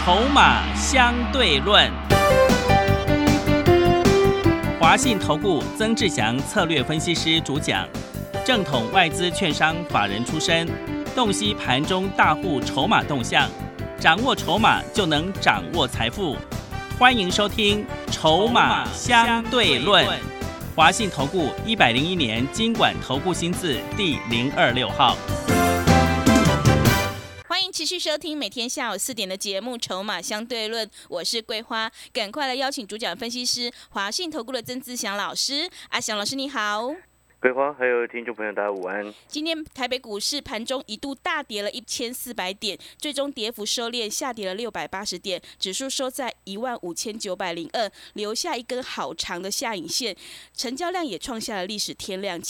筹码相对论。华信投顾曾志祥策略分析师主讲，正统外资券商法人出身，洞悉盘中大户筹码动向，掌握筹码就能掌握财富。欢迎收听《筹码相对论》。华信投顾101年金管投顾新字第026号。 欢迎持续收听每天下午4点的节目《筹码相对论》，我是桂花，赶快来邀请主讲分析师华信投顾的曾志祥老师。阿祥老师你好。 桂花还有听众朋友大家午安。 今天台北股市盘中一度大跌了1400点，最终跌幅收敛，下跌了680点，指数收在15902，留下一根好长的下影线，成交量也创下了历史天量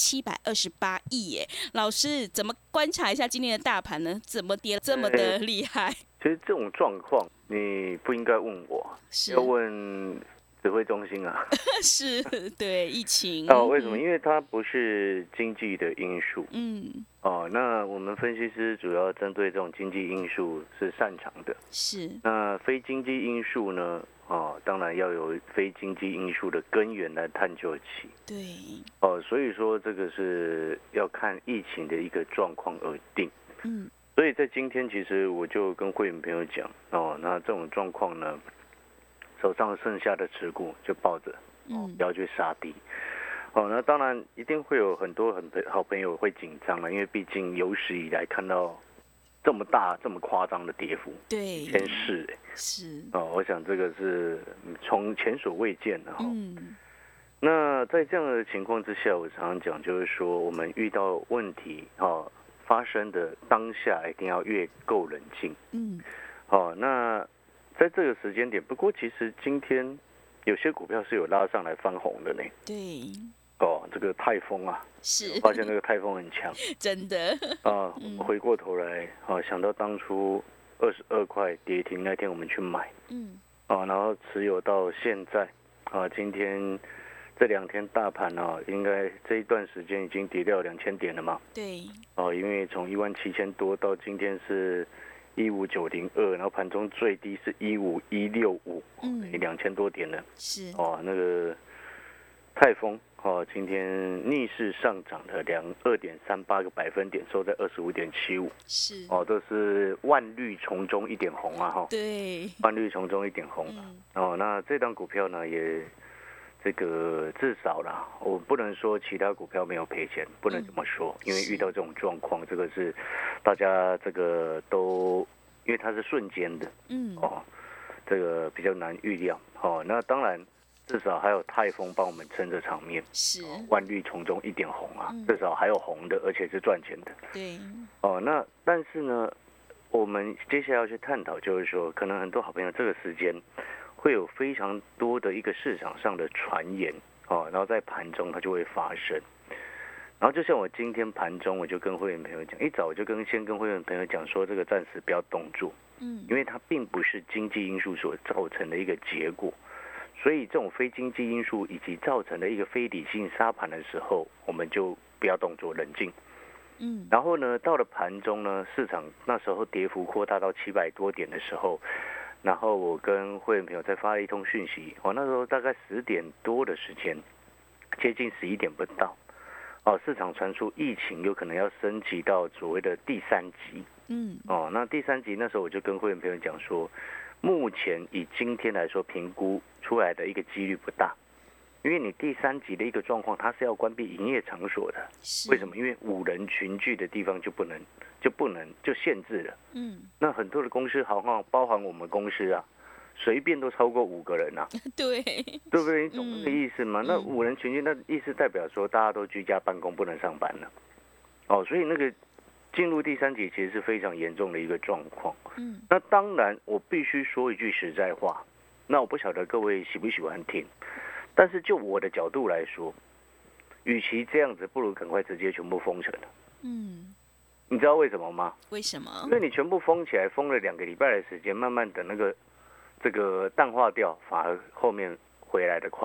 7728亿耶。老师怎么观察一下今天的大盘呢？怎么跌这么的厉害？ 其实这种状况你不应该问我，要问指挥中心啊。 是，对，疫情。 为什么？因为它不是经济的因素。那我们分析师主要针对这种经济因素是擅长的。 是。 那非经济因素呢？当然要有非经济因素的根源来探究起。 对。 所以说这个是要看疫情的一个状况而定。所以在今天，其实我就跟会员朋友讲，那这种状况呢，手上剩下的持股就抱着，不要去杀低。那当然一定会有很多好朋友会紧张了，因为毕竟有史以来看到这么大、这么夸张的跌幅， 对， 前世是我想这个是从前所未见的。那在这样的情况之下，我常常讲，就是说我们遇到问题发生的当下，一定要越够冷静。那在这个时间点，不过其实今天有些股票是有拉上来翻红的呢。 对。 这个泰丰啊， 是， 我发现那个泰丰很强， 真的。 回过头来想到当初22块跌停那天我们去买，然后持有到现在今天这2天大盘应该这一段时间已经跌掉2000点了嘛。 对。 因为从17000多到今天是15902，然后盘中最低是15165，2000多点了。 是。 那个泰丰今天逆势上涨了2.38个百分点，收在25.75。 是。 这是万绿丛中一点红啊。 对。 万绿丛中一点红。那这档股票呢也这个至少啦，我不能说其他股票没有赔钱，不能这么说，因为遇到这种状况，这个是大家这个都因为它是瞬间的，这个比较难预料。那当然至少还有泰丰帮我们撑着场面， 是万绿丛中一点红啊，至少还有红的，而且是赚钱的。 对。 那但是呢，我们接下来要去探讨，就是说，可能很多好朋友这个时间会有非常多的一个市场上的传言，然后在盘中它就会发生。然后就像我今天盘中，我就跟会员朋友讲，一早我就先跟会员朋友讲说，这个暂时不要动作，因为它并不是经济因素所造成的一个结果。所以这种非经济因素以及造成的一个非理性杀盘的时候，我们就不要动作，冷静。然后呢，到了盘中呢，市场那时候跌幅扩大到700多点的时候，然后我跟会员朋友再发了一通讯息，那时候大概10点多的时间，接近11点不到，市场传出疫情有可能要升级到所谓的第3级。那第3级那时候我就跟会员朋友讲说，目前以今天来说，评估出来的一个几率不大，因为你第3级的一个状况，它是要关闭营业场所的。为什么？因为5人群聚的地方就限制了。那很多的公司行号，包含我们公司啊，随便都超过5个人啊。 对。 对不对？你懂那个意思吗？那5人群聚，那意思代表说大家都居家办公，不能上班了。所以那个进入第3级其实是非常严重的一个状况。那当然我必须说一句实在话，那我不晓得各位喜不喜欢听，但是就我的角度来说，与其这样子，不如赶快直接全部封城了。你知道为什么吗？ 为什么？ 因为你全部封起来，封了2个礼拜的时间，慢慢的这个淡化掉，反而后面回来的快。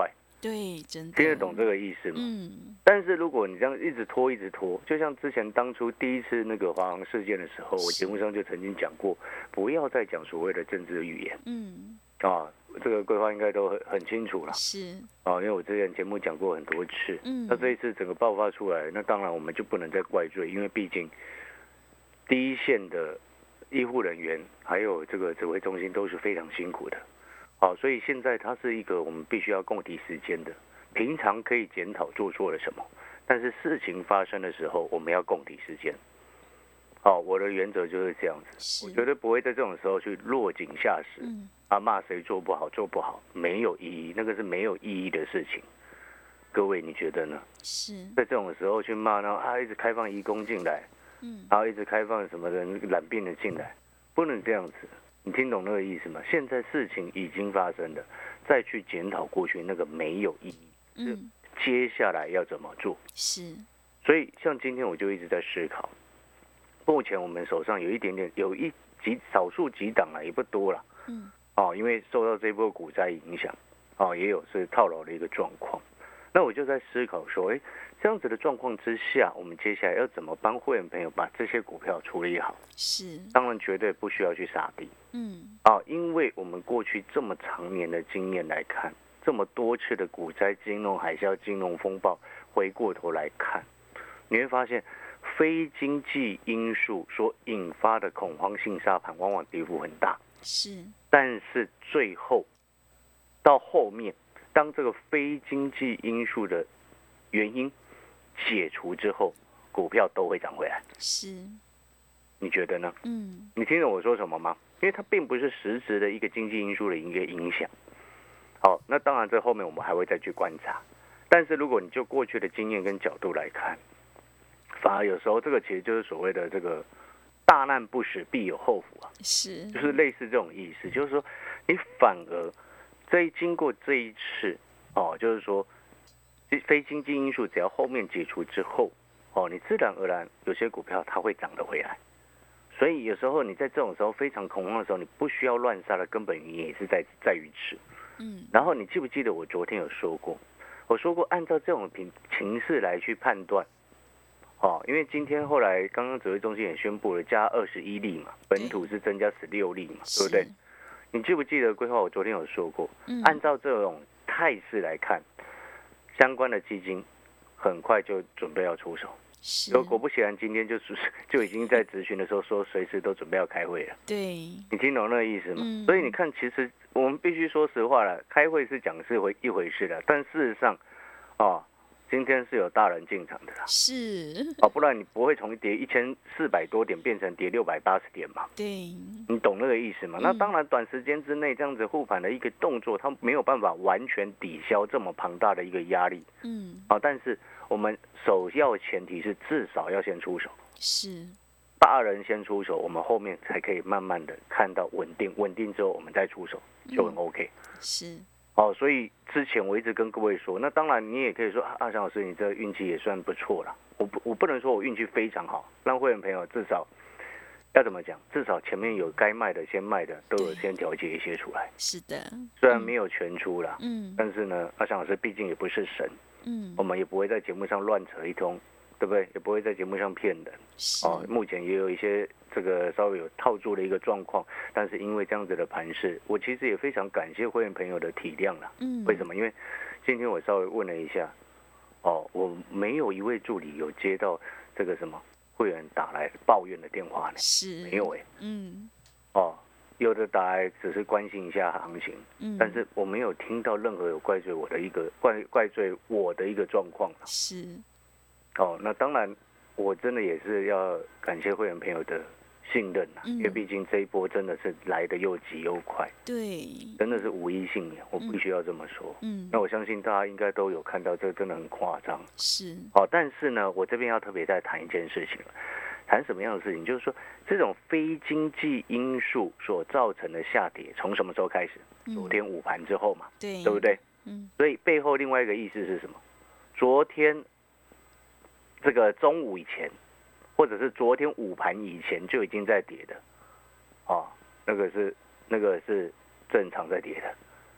对，真的听得懂这个意思吗？但是如果你这样一直拖，就像之前当初第一次那个华航事件的时候，我节目上就曾经讲过，不要再讲所谓的政治语言。这个规划应该都很清楚了。 是因为我之前节目讲过很多次。那这一次整个爆发出来，那当然我们就不能再怪罪，因为毕竟第一线的医护人员还有这个指挥中心都是非常辛苦的。所以现在它是一个我们必须要共体时间的。平常可以检讨做错了什么，但是事情发生的时候，我们要共体时间。我的原则就是这样子，我绝对不会在这种时候去落井下石。骂谁做不好，没有意义，那个是没有意义的事情。各位你觉得呢？ 是在这种时候去骂，然后一直开放移工进来，然后一直开放什么的染病的进来，不能这样子。你听懂那个意思吗？现在事情已经发生了，再去检讨过去那个没有意义。接下来要怎么做？ 是， 所以像今天我就一直在思考，目前我们手上有少数几档也不多了。因为受到这波股灾影响，也有是套牢的一个状况。那我就在思考说，这样子的状况之下，我们接下来要怎么帮会员朋友把这些股票处理好？ 是， 当然绝对不需要去杀低。因为我们过去这么长年的经验来看，这么多次的股灾、金融海啸、金融风暴，回过头来看，你会发现非经济因素所引发的恐慌性杀盘，往往跌幅很大。 是， 但是最后到后面，当这个非经济因素的原因解除之后，股票都会涨回来。 是， 你觉得呢？你听懂我说什么吗？因为它并不是实质的一个经济因素的一个影响。那当然这后面我们还会再去观察。但是如果你就过去的经验跟角度来看，反而有时候这个其实就是所谓的这个大难不死必有后福是， 就是类似这种意思，就是说你反而经过这一次就是说非经济因素只要后面解除之后你自然而然有些股票它会涨得回来。所以有时候你在这种时候非常恐慌的时候，你不需要乱杀的根本原因也是在于此。然后你记不记得我昨天有说过，按照这种情势来去判断。因为今天后来刚刚指挥中心也宣布了加21例嘛，本土是增加16例嘛，对不对？你记不记得规划？我昨天有说过，按照这种态势来看，相关的基金很快就准备要出手。果不其然，今天就已经在质询的时候说随时都准备要开会了。 对， 你听懂那个意思吗？所以你看，其实我们必须说实话了，开会是讲是一回事的，但事实上，今天是有大人进场的啦， 是不然你不会从跌1400多点变成跌680点嘛？ 对， 你懂那个意思吗？那当然，短时间之内这样子护盘的一个动作，它没有办法完全抵消这么庞大的一个压力。但是我们首要前提是至少要先出手， 是大人先出手，我们后面才可以慢慢的看到稳定之后我们再出手就很 OK。 是。 所以之前我一直跟各位说，那当然你也可以说阿翔老师，你这运气也算不错了。我不能说我运气非常好，让会员朋友至少要怎么讲？至少前面有该卖的先卖的都有先调节一些出来。 是的， 虽然没有全出啦，但是呢，阿翔老师毕竟也不是神，我们也不会在节目上乱扯一通，对不对？也不会在节目上骗人。目前也有一些这个稍微有套住的一个状况，但是因为这样子的盘势，我其实也非常感谢会员朋友的体谅啦。为什么？因为今天我稍微问了一下，我没有一位助理有接到这个什么会员打来抱怨的电话呢？ 是没有有的打来只是关心一下行情，但是我没有听到任何有怪罪我的一个状况。 是那当然我真的也是要感谢会员朋友的信任因为毕竟这一波真的是来得又急又快， 对， 真的是无一幸免，我必须要这么说。那我相信大家应该都有看到，这真的很夸张。 是但是呢，我这边要特别再谈一件事情，谈什么样的事情？就是说这种非经济因素所造成的下跌，从什么时候开始？昨天午盘之后嘛，对不对？所以背后另外一个意思是什么？昨天这个中午以前，或者是昨天午盘以前就已经在跌的，那个是正常在跌的。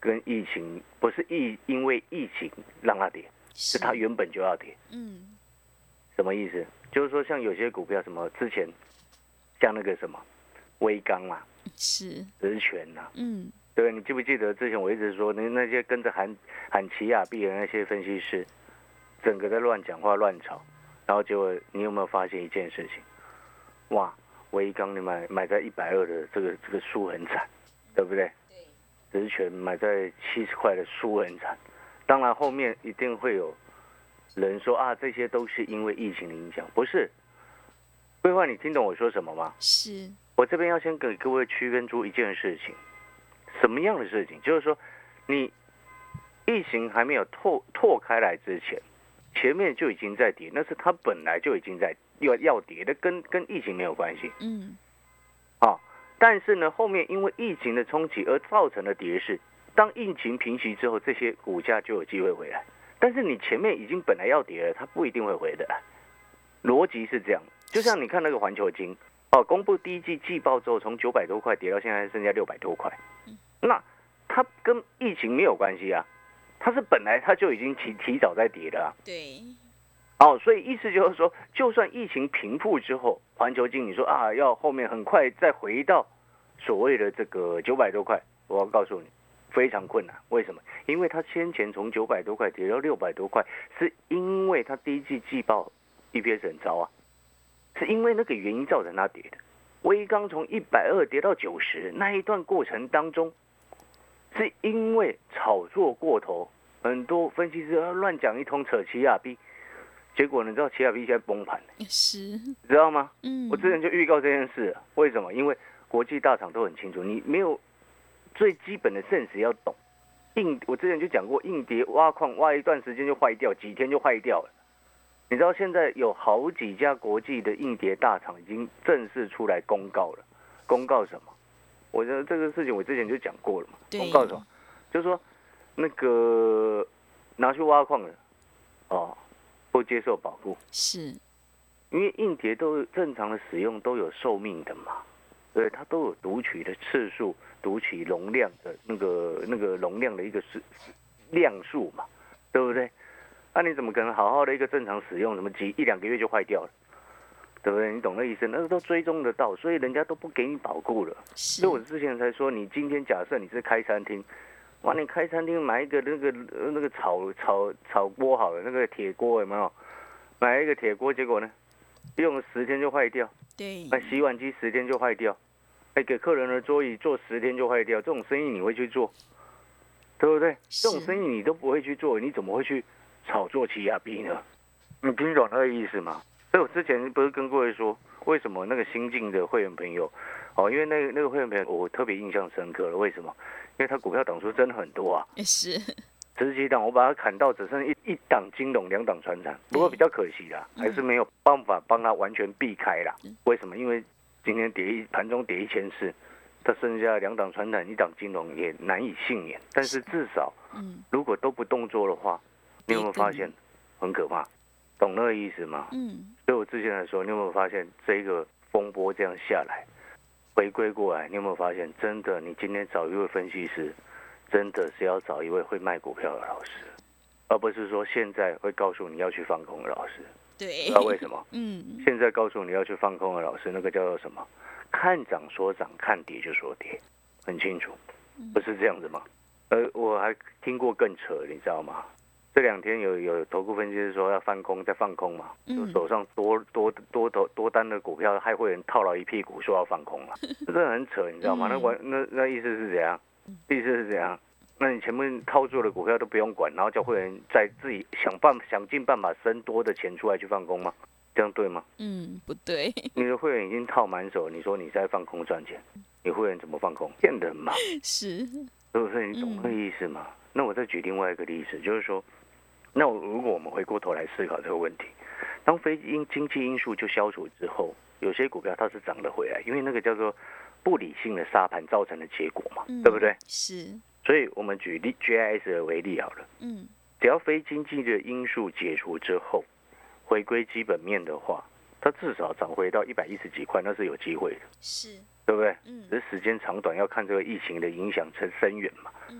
跟疫情不是因为疫情让它跌，是它原本就要跌。什么意思？就是说像有些股票什么之前像那个什么威刚嘛， 是实权呐，对，你记不记得之前我一直说那些跟着喊奇亚币的那些分析师，整个在乱讲话乱吵，然后结果你有没有发现一件事情？哇，威刚你买在120的这个输很惨，对不对？实权买在70块的输很惨，当然后面一定会有人说啊，这些都是因为疫情的影响，不是？规划，你听懂我说什么吗？ 是。 我这边要先给各位区分出一件事情，什么样的事情？就是说，你疫情还没有拓开来之前，前面就已经在跌，那是它本来就已经在要跌的，跟疫情没有关系。但是呢，后面因为疫情的冲击而造成的跌势，当疫情平息之后，这些股价就有机会回来。但是你前面已经本来要跌了，它不一定会回的来。逻辑是这样，就像你看那个环球金，公布第一季季报之后，从900多块跌到现在剩下600多块，那它跟疫情没有关系啊，它是本来它就已经提早在跌了啊。 对。 所以意思就是说，就算疫情平复之后，环球金你说啊，要后面很快再回到所谓的这个900多块，我要告诉你，非常困难。为什么？因为它先前从900多块跌到600多块，是因为它第一季季报 EPS 很糟啊，是因为那个原因造成它跌的。威刚从120跌到90那一段过程当中，是因为炒作过头，很多分析师乱讲一通扯奇亚币。结果你知道奇亚币现在崩盘， 是， 知道吗？我之前就预告这件事了。为什么？因为国际大厂都很清楚，你没有最基本的 sense 要懂。我之前就讲过，硬碟挖矿挖一段时间就坏掉，几天就坏掉了。你知道现在有好几家国际的硬碟大厂已经正式出来公告了，公告什么？我觉得这个事情我之前就讲过了嘛。公告什么？就是说那个拿去挖矿的不接受保护， 是因为硬碟都正常的使用都有寿命的嘛，对，它都有读取的次数、读取容量的那个容量的一个量数嘛，对不对？那你怎么可能好好的一个正常使用，什么一两个月就坏掉了，对不对？你懂那意思？那个都追踪得到，所以人家都不给你保固了。所以我之前才说，你今天假设你是开餐厅。哇！你开餐厅买一个那个炒锅好了，那个铁锅有没有？买一个铁锅，结果呢，用了10天就坏掉。 对。 买洗碗机10天就坏掉，给客人的桌椅做10天就坏掉，这种生意你会去做，对不对？这种生意你都不会去做，你怎么会去炒作奇亚币呢？你听懂那个意思吗？所以我之前不是跟各位说，为什么那个新进的会员朋友，因为那个会员朋友我特别印象深刻了，为什么？因为他股票档数真的很多啊， 是 17档，我把它砍到只剩一档金融，2档传产，不过比较可惜啦，还是没有办法帮他完全避开啦。为什么？因为今天盘中跌1400，他剩下2档传产，1档金融也难以幸免。但是至少，如果都不动作的话，你有没有发现很可怕？懂那个意思吗？所以我之前来说，你有没有发现这个风波这样下来？回归过来，你有没有发现，真的，你今天找一位分析师，真的是要找一位会卖股票的老师，而不是说现在会告诉你要去放空的老师。 对， 知道为什么？现在告诉你要去放空的老师，那个叫做什么？看涨说涨，看跌就说跌，很清楚，不是这样子吗？我还听过更扯，你知道吗？这2天有投顾分析师说要翻空再放空嘛，就手上多单的股票，害会员套了一屁股，说要放空嘛，这真的很扯，你知道吗？那意思是怎样？意思是怎样？那你前面操作的股票都不用管，然后叫会员在自己想尽办法生多的钱出来去放空吗？这样对吗？ 不对。 你的会员已经套满手，你说你在放空赚钱，你会员怎么放空？骗人嘛？ 是， 对不对？你懂那意思吗？那我再举另外一个例子，就是说。那如果我们回过头来思考这个问题，当非经济因素就消除之后，有些股票它是涨得回来，因为那个叫做不理性的杀盘造成的结果嘛，对不对？ 是。 所以我们举GIS 为例好了，只要非经济的因素解除之后，回归基本面的话，它至少涨回到110几块，那是有机会的， 是， 对不对？只是时间长短要看这个疫情的影响深远嘛。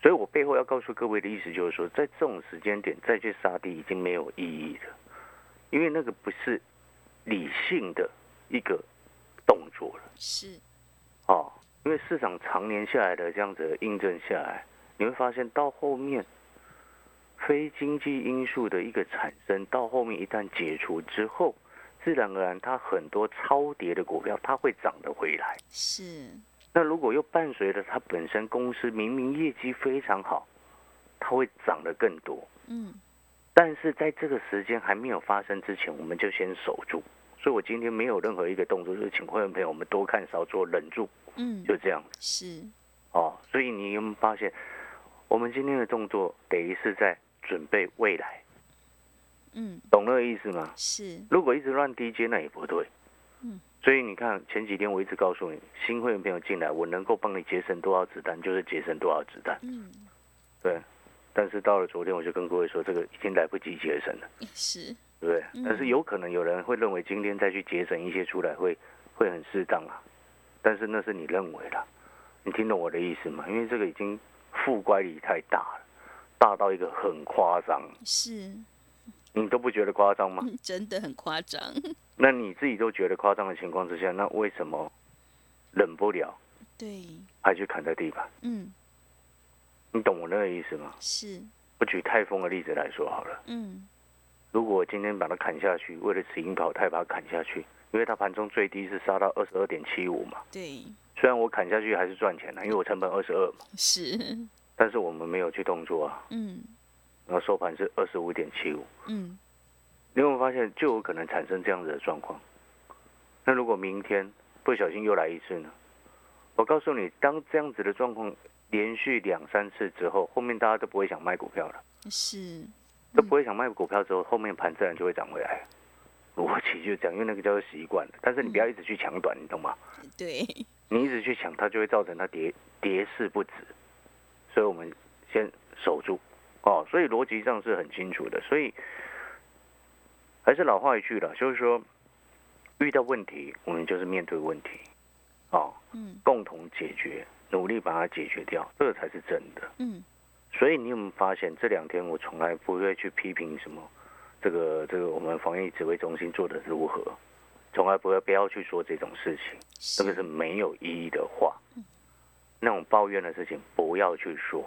所以我背后要告诉各位的意思就是说，在这种时间点再去杀低已经没有意义了，因为那个不是理性的一个动作了。 是， 哦，因为市场常年下来的这样子的印证下来，你会发现到后面非经济因素的一个产生，到后面一旦解除之后，自然而然它很多超跌的股票它会涨得回来。 是， 那如果又伴随着它本身公司明明业绩非常好，它会涨得更多。但是在这个时间还没有发生之前，我们就先守住。所以我今天没有任何一个动作，就是请会员朋友我们多看少做，忍住。就这样。 是。 所以你有没有发现，我们今天的动作等于是在准备未来。懂那个意思吗？ 是。 如果一直乱低接，那也不对。所以你看前几天我一直告诉你，新会员朋友进来，我能够帮你节省多少子弹，就是节省多少子弹。对。但是到了昨天，我就跟各位说，这个已经来不及节省了。 是。 对不对？但是有可能有人会认为今天再去节省一些出来会很适当啊。但是那是你认为啦，你听懂我的意思吗？因为这个已经负乖离太大了，大到一个很夸张。 是。 你都不觉得夸张吗？ 真的很夸张。 那你自己都觉得夸张的情况之下，那为什么忍不了？ 对。 还去砍在地板？你懂我那个意思吗？ 是。 我举泰丰的例子来说好了。如果我今天把它砍下去，为了此樱桃泰把它砍下去，因为它盘中最低是杀到22.75嘛。 对。 虽然我砍下去还是赚钱的，因为我成本22嘛。 是。 但是我们没有去动作啊。然后收盘是25.75。你有没有发现就有可能产生这样子的状况？那如果明天不小心又来一次呢？我告诉你，当这样子的状况连续2、3次之后，后面大家都不会想卖股票了。 是。 都不会想卖股票之后，后面盘自然就会涨回来。逻辑就是这样，因为那个叫做习惯了。但是你不要一直去抢短，你懂吗？ 对。 你一直去抢，它就会造成它跌势不止。所以我们先守住。所以逻辑上是很清楚的。所以还是老话一句了，就是说遇到问题，我们就是面对问题，共同解决，努力把它解决掉，这个才是真的。所以你有没有发现这2天我从来不会去批评什么这个我们防疫指挥中心做的如何，从来不要去说这种事情，这个是没有意义的话。那种抱怨的事情不要去说。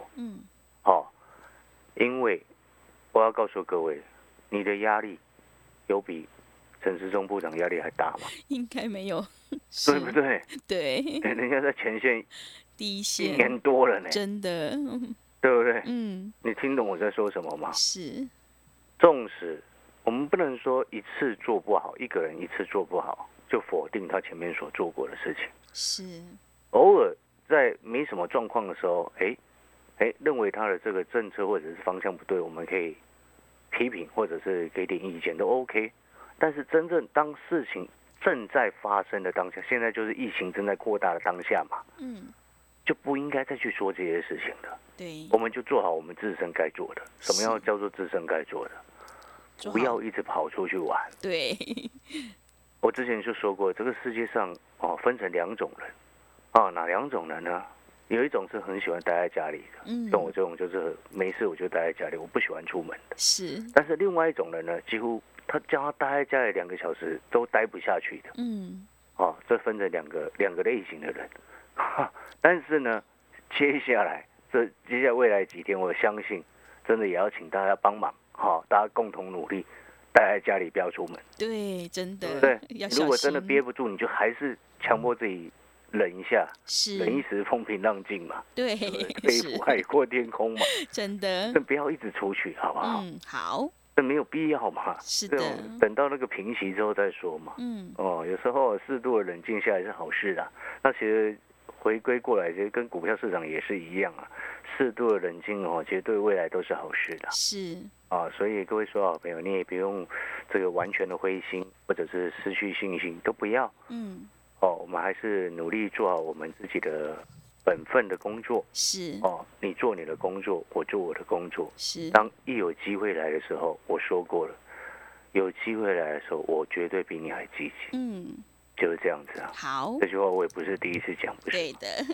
因为我要告诉各位，你的压力有比陈时中部长压力还大吗？ 应该没有。 对不对？ 对。 人家在前线第一线 1年多了呢。 真的。 对不对？你听懂我在说什么吗？ 是。 纵使我们不能说一次做不好，一个人一次做不好就否定他前面所做过的事情。 是。 偶尔在没什么状况的时候，认为他的这个政策或者是方向不对，我们可以批评或者是给点意见都 OK。但是真正当事情正在发生的当下，现在就是疫情正在扩大的当下嘛。就不应该再去说这些事情的。 对。 我们就做好我们自身该做的。什么样叫做自身该做的？不要一直跑出去玩。 对。 我之前就说过，这个世界上分成2种人。哪2种人呢？有一种是很喜欢待在家里的，像我这种就是没事我就待在家里，我不喜欢出门的。 是。但是另外一种人呢，几乎他叫他待在家里2个小时都待不下去的。这分成两个类型的人。但是呢，接下来未来几天，我相信真的也要请大家帮忙，大家共同努力，待在家里不要出门。 对，真的。 对，如果真的憋不住，你就还是强迫自己忍一下，忍一时风平浪静嘛。 对， 飞虎海阔天空嘛。 真的。 不要一直出去，好不好？ 好。 这没有必要嘛。 是的。 等到那个平息之后再说嘛。有时候适度的冷静下来是好事啦。那其实回归过来，其实跟股票市场也是一样啊。适度的冷静其实对未来都是好事的。 是。 所以各位说好朋友，你也不用这个完全的灰心，或者是失去信心，都不要。我们还是努力做好我们自己的本分的工作。 是。 你做你的工作，我做我的工作。 是。 当一有机会来的时候，我说过了，有机会来的时候，我绝对比你还积极。就是这样子啊。 好。 这句话我也不是第一次讲，不是。 对的。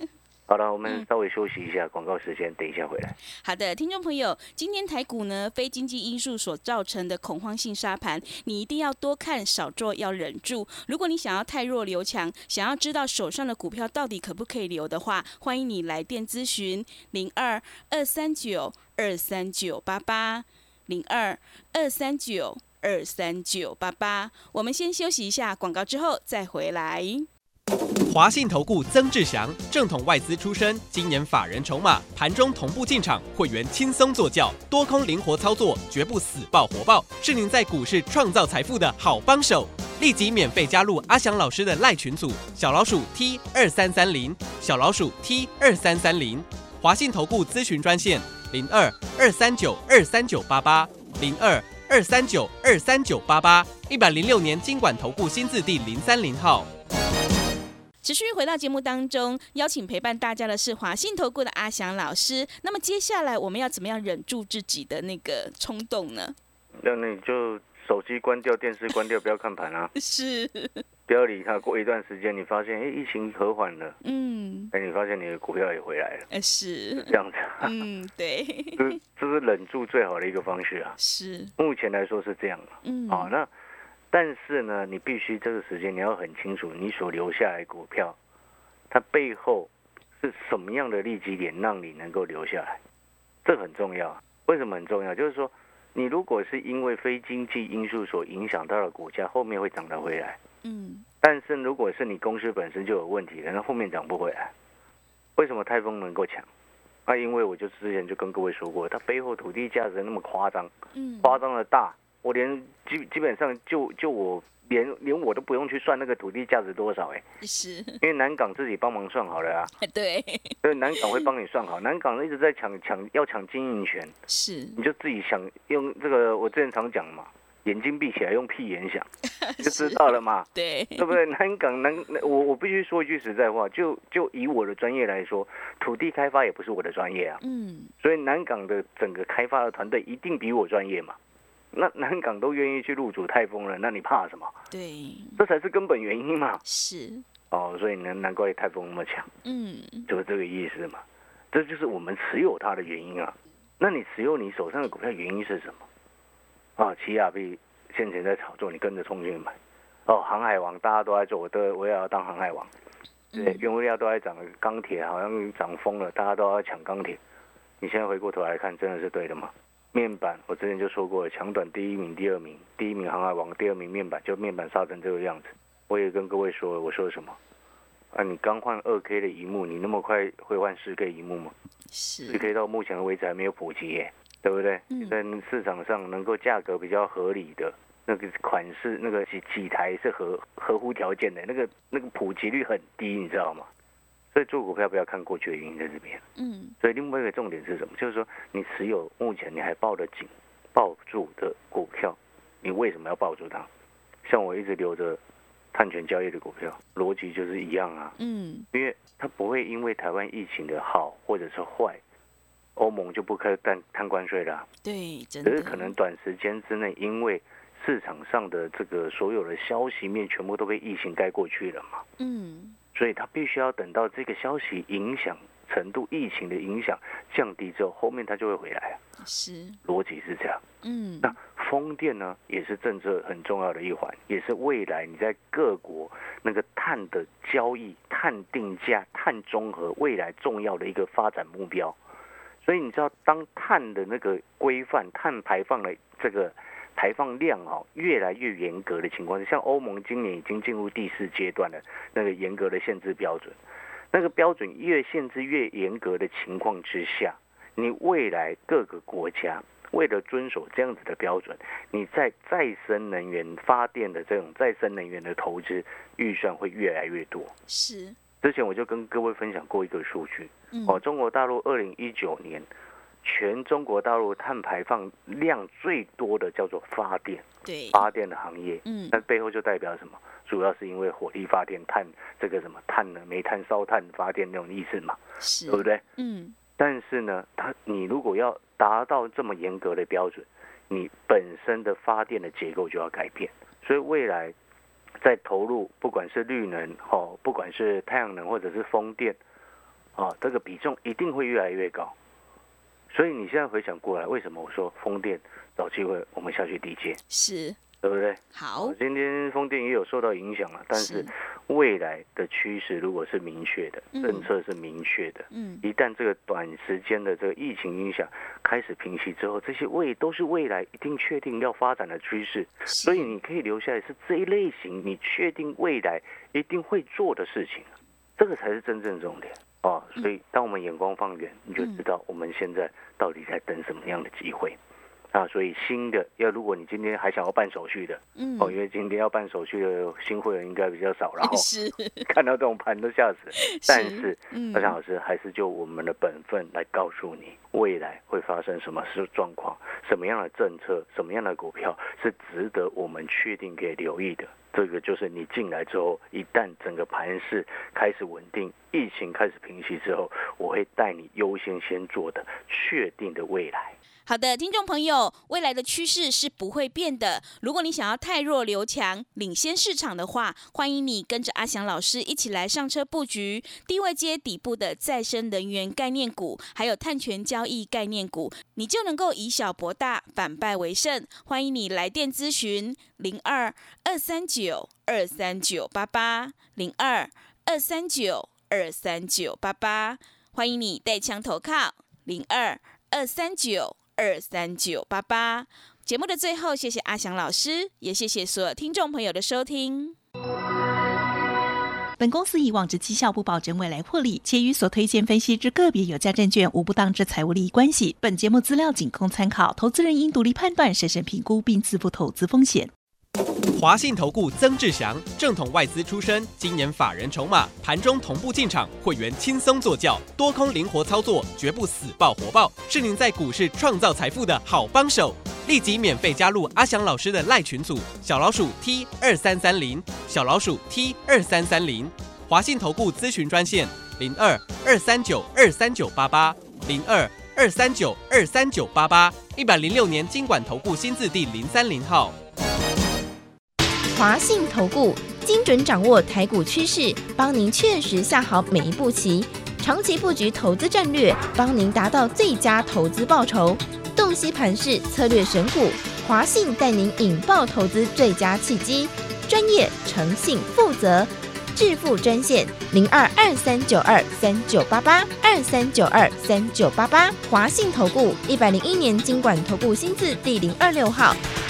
好了，我们稍微休息一下，广告时间，等一下回来。 好的，听众朋友，今天台股呢，非经济因素所造成的恐慌性杀盘，你一定要多看少做，要忍住。如果你想要太弱留强，想要知道手上的股票到底可不可以留的话，欢迎你来电咨询02-239-2398802-239-23988。我们先休息一下，广告之后再回来。 华信投顾曾志祥，正统外资出身，今年法人筹码，盘中同步进场，会员轻松做教，多空灵活操作，绝不死抱活抱，是您在股市创造财富的好帮手。立即免费加入阿翔老师的赖群组，小老鼠 T2330，小老鼠 T2330，华信投顾咨询专线02-239-23988，02-239-23988，106年金管投顾新字第030号。 持续回到节目当中，邀请陪伴大家的是华信投顾的阿翔老师。那么接下来我们要怎么样忍住自己的那个冲动呢？ 那你就手机关掉，电视关掉，不要看盘啊。 是， 不要理它。过一段时间，你发现疫情和缓了，你发现你的股票也回来了， 是这样子。 对， 这是忍住最好的一个方式啊。 是， 目前来说是这样的。那但是呢，你必须这个时间你要很清楚，你所留下来的股票，它背后是什么样的利基点让你能够留下来，这很重要。为什么很重要？就是说，你如果是因为非经济因素所影响到了股价，后面会涨得回来。但是如果是你公司本身就有问题的，那后面涨不回来。为什么泰丰能够强？因为我就之前就跟各位说过，它背后土地价值那么夸张，夸张的大。我连基本上就我连我都不用去算那个土地价值多少是， 因为南港自己帮忙算好了啊。 对， 所以南港会帮你算好，南港一直在要抢经营权，是，你就自己想用这个，我之前常讲嘛，眼睛闭起来用屁眼想，就知道了嘛， 对， 对不对？南港我必须说一句实在话，就以我的专业来说，土地开发也不是我的专业啊，所以南港的整个开发的团队一定比我专业嘛。那南港都愿意去入主泰丰了，那你怕什么？ 对， 这才是根本原因嘛。 是所以难怪泰丰那么强，就是这个意思嘛。这就是我们持有它的原因啊。那你持有你手上的股票原因是什么？奇亚币先前在炒作，你跟着冲进去买。航海王大家都在做，我也要当航海王。对，原物料都在涨，钢铁好像涨疯了，大家都要抢钢铁。你现在回过头来看，真的是对的吗？面板，我之前就说过了，强短第一名、第二名，第一名航海王，第二名面板，就面板杀成这个样子。我也跟各位说了，我说什么？你刚换 2K 的萤幕，你那么快会换 4K 萤幕吗？是 4K 到目前为止还没有普及耶，对不对？在市场上能够价格比较合理的那个款式，那个几台是合乎条件的，那个普及率很低，你知道吗？所以做股票不要看过去的原因在这边。所以另外一个重点是什么？就是说你持有目前你还抱得紧、抱住的股票，你为什么要抱住它？像我一直留着碳权交易的股票，逻辑就是一样啊。因为它不会因为台湾疫情的好或者是坏，欧盟就不开碳关税了。 对，真的。 只是可能短时间之内，因为市场上的这个所有的消息面全部都被疫情盖过去了嘛。所以他必须要等到这个消息影响程度、疫情的影响降低之后，后面他就会回来啊。是，逻辑是这样。那风电呢，也是政策很重要的一环，也是未来你在各国那个碳的交易、碳定价、碳中和未来重要的一个发展目标。所以你知道，当碳的那个规范、碳排放的这个排放量越来越严格的情况下，像欧盟今年已经进入第4阶段了，那个严格的限制标准，那个标准越限制越严格的情况之下，你未来各个国家为了遵守这样子的标准，你在再生能源发电的这种再生能源的投资预算会越来越多。是，之前我就跟各位分享过一个数据，中国大陆2019年。全中国大陆碳排放量最多的叫做发电，对，发电的行业，那背后就代表什么？主要是因为火力发电、碳这个什么碳呢？煤炭、烧炭发电那种意思嘛，对不对？但是呢，你如果要达到这么严格的标准，你本身的发电的结构就要改变。所以未来在投入，不管是绿能不管是太阳能或者是风电。 这个比重一定会越来越高。所以你现在回想过来，为什么我说风电找机会我们下去低接， 是， 对不对？ 好， 今天风电也有受到影响了，但是未来的趋势如果是明确的，政策是明确的，一旦这个短时间的这个疫情影响开始平息之后，这些都是未来一定确定要发展的趋势，所以你可以留下来是这一类型你确定未来一定会做的事情，这个才是真正重点。所以当我们眼光放远，你就知道我们现在到底在等什么样的机会所以新的如果你今天还想要办手续的，因为今天要办手续的新会员应该比较少，然后看到这种盘都吓死了。但是阿翔老师还是就我们的本分来告诉你，未来会发生什么状况，什么样的政策，什么样的股票是值得我们确定可以留意的。这个就是你进来之后，一旦整个盘势开始稳定，疫情开始平息之后，我会带你优先先做的确定的未来。 好的，听众朋友，未来的趋势是不会变的。如果你想要汰弱留强，领先市场的话，欢迎你跟着阿翔老师一起来上车布局低位阶底部的再生能源概念股，还有碳权交易概念股，你就能够以小博大，反败为胜。欢迎你来电咨询02-239-23988，02-239-23988，欢迎你带枪投靠02-239-23988。节目的最后，谢谢阿翔老师，也谢谢所有听众朋友的收听。 本公司以往之绩效不保证未来获利，且与所推荐分析之个别有价证券无不当之财务利益关系。本节目资料仅供参考，投资人应独立判断、审慎评估并自负投资风险。 华信投顾曾志祥，正统外资出身，今年法人筹码，盘中同步进场，会员轻松做教，多空灵活操作，绝不死抱活抱，是您在股市创造财富的好帮手。立即免费加入阿翔老师的赖群组，小老鼠 T2330，小老鼠 T2330。华信投顾咨询专线02-239-23988，02-239-23988，106年金管投顾新字第030号。 华信投顾精准掌握台股趋势，帮您确实下好每一步棋，长期布局投资战略，帮您达到最佳投资报酬。洞悉盘势，策略选股，华信带您引爆投资最佳契机，专业、诚信、负责。致富专线02-2392-3988，2392-3988。华信投顾101年金管投顾新字第026号。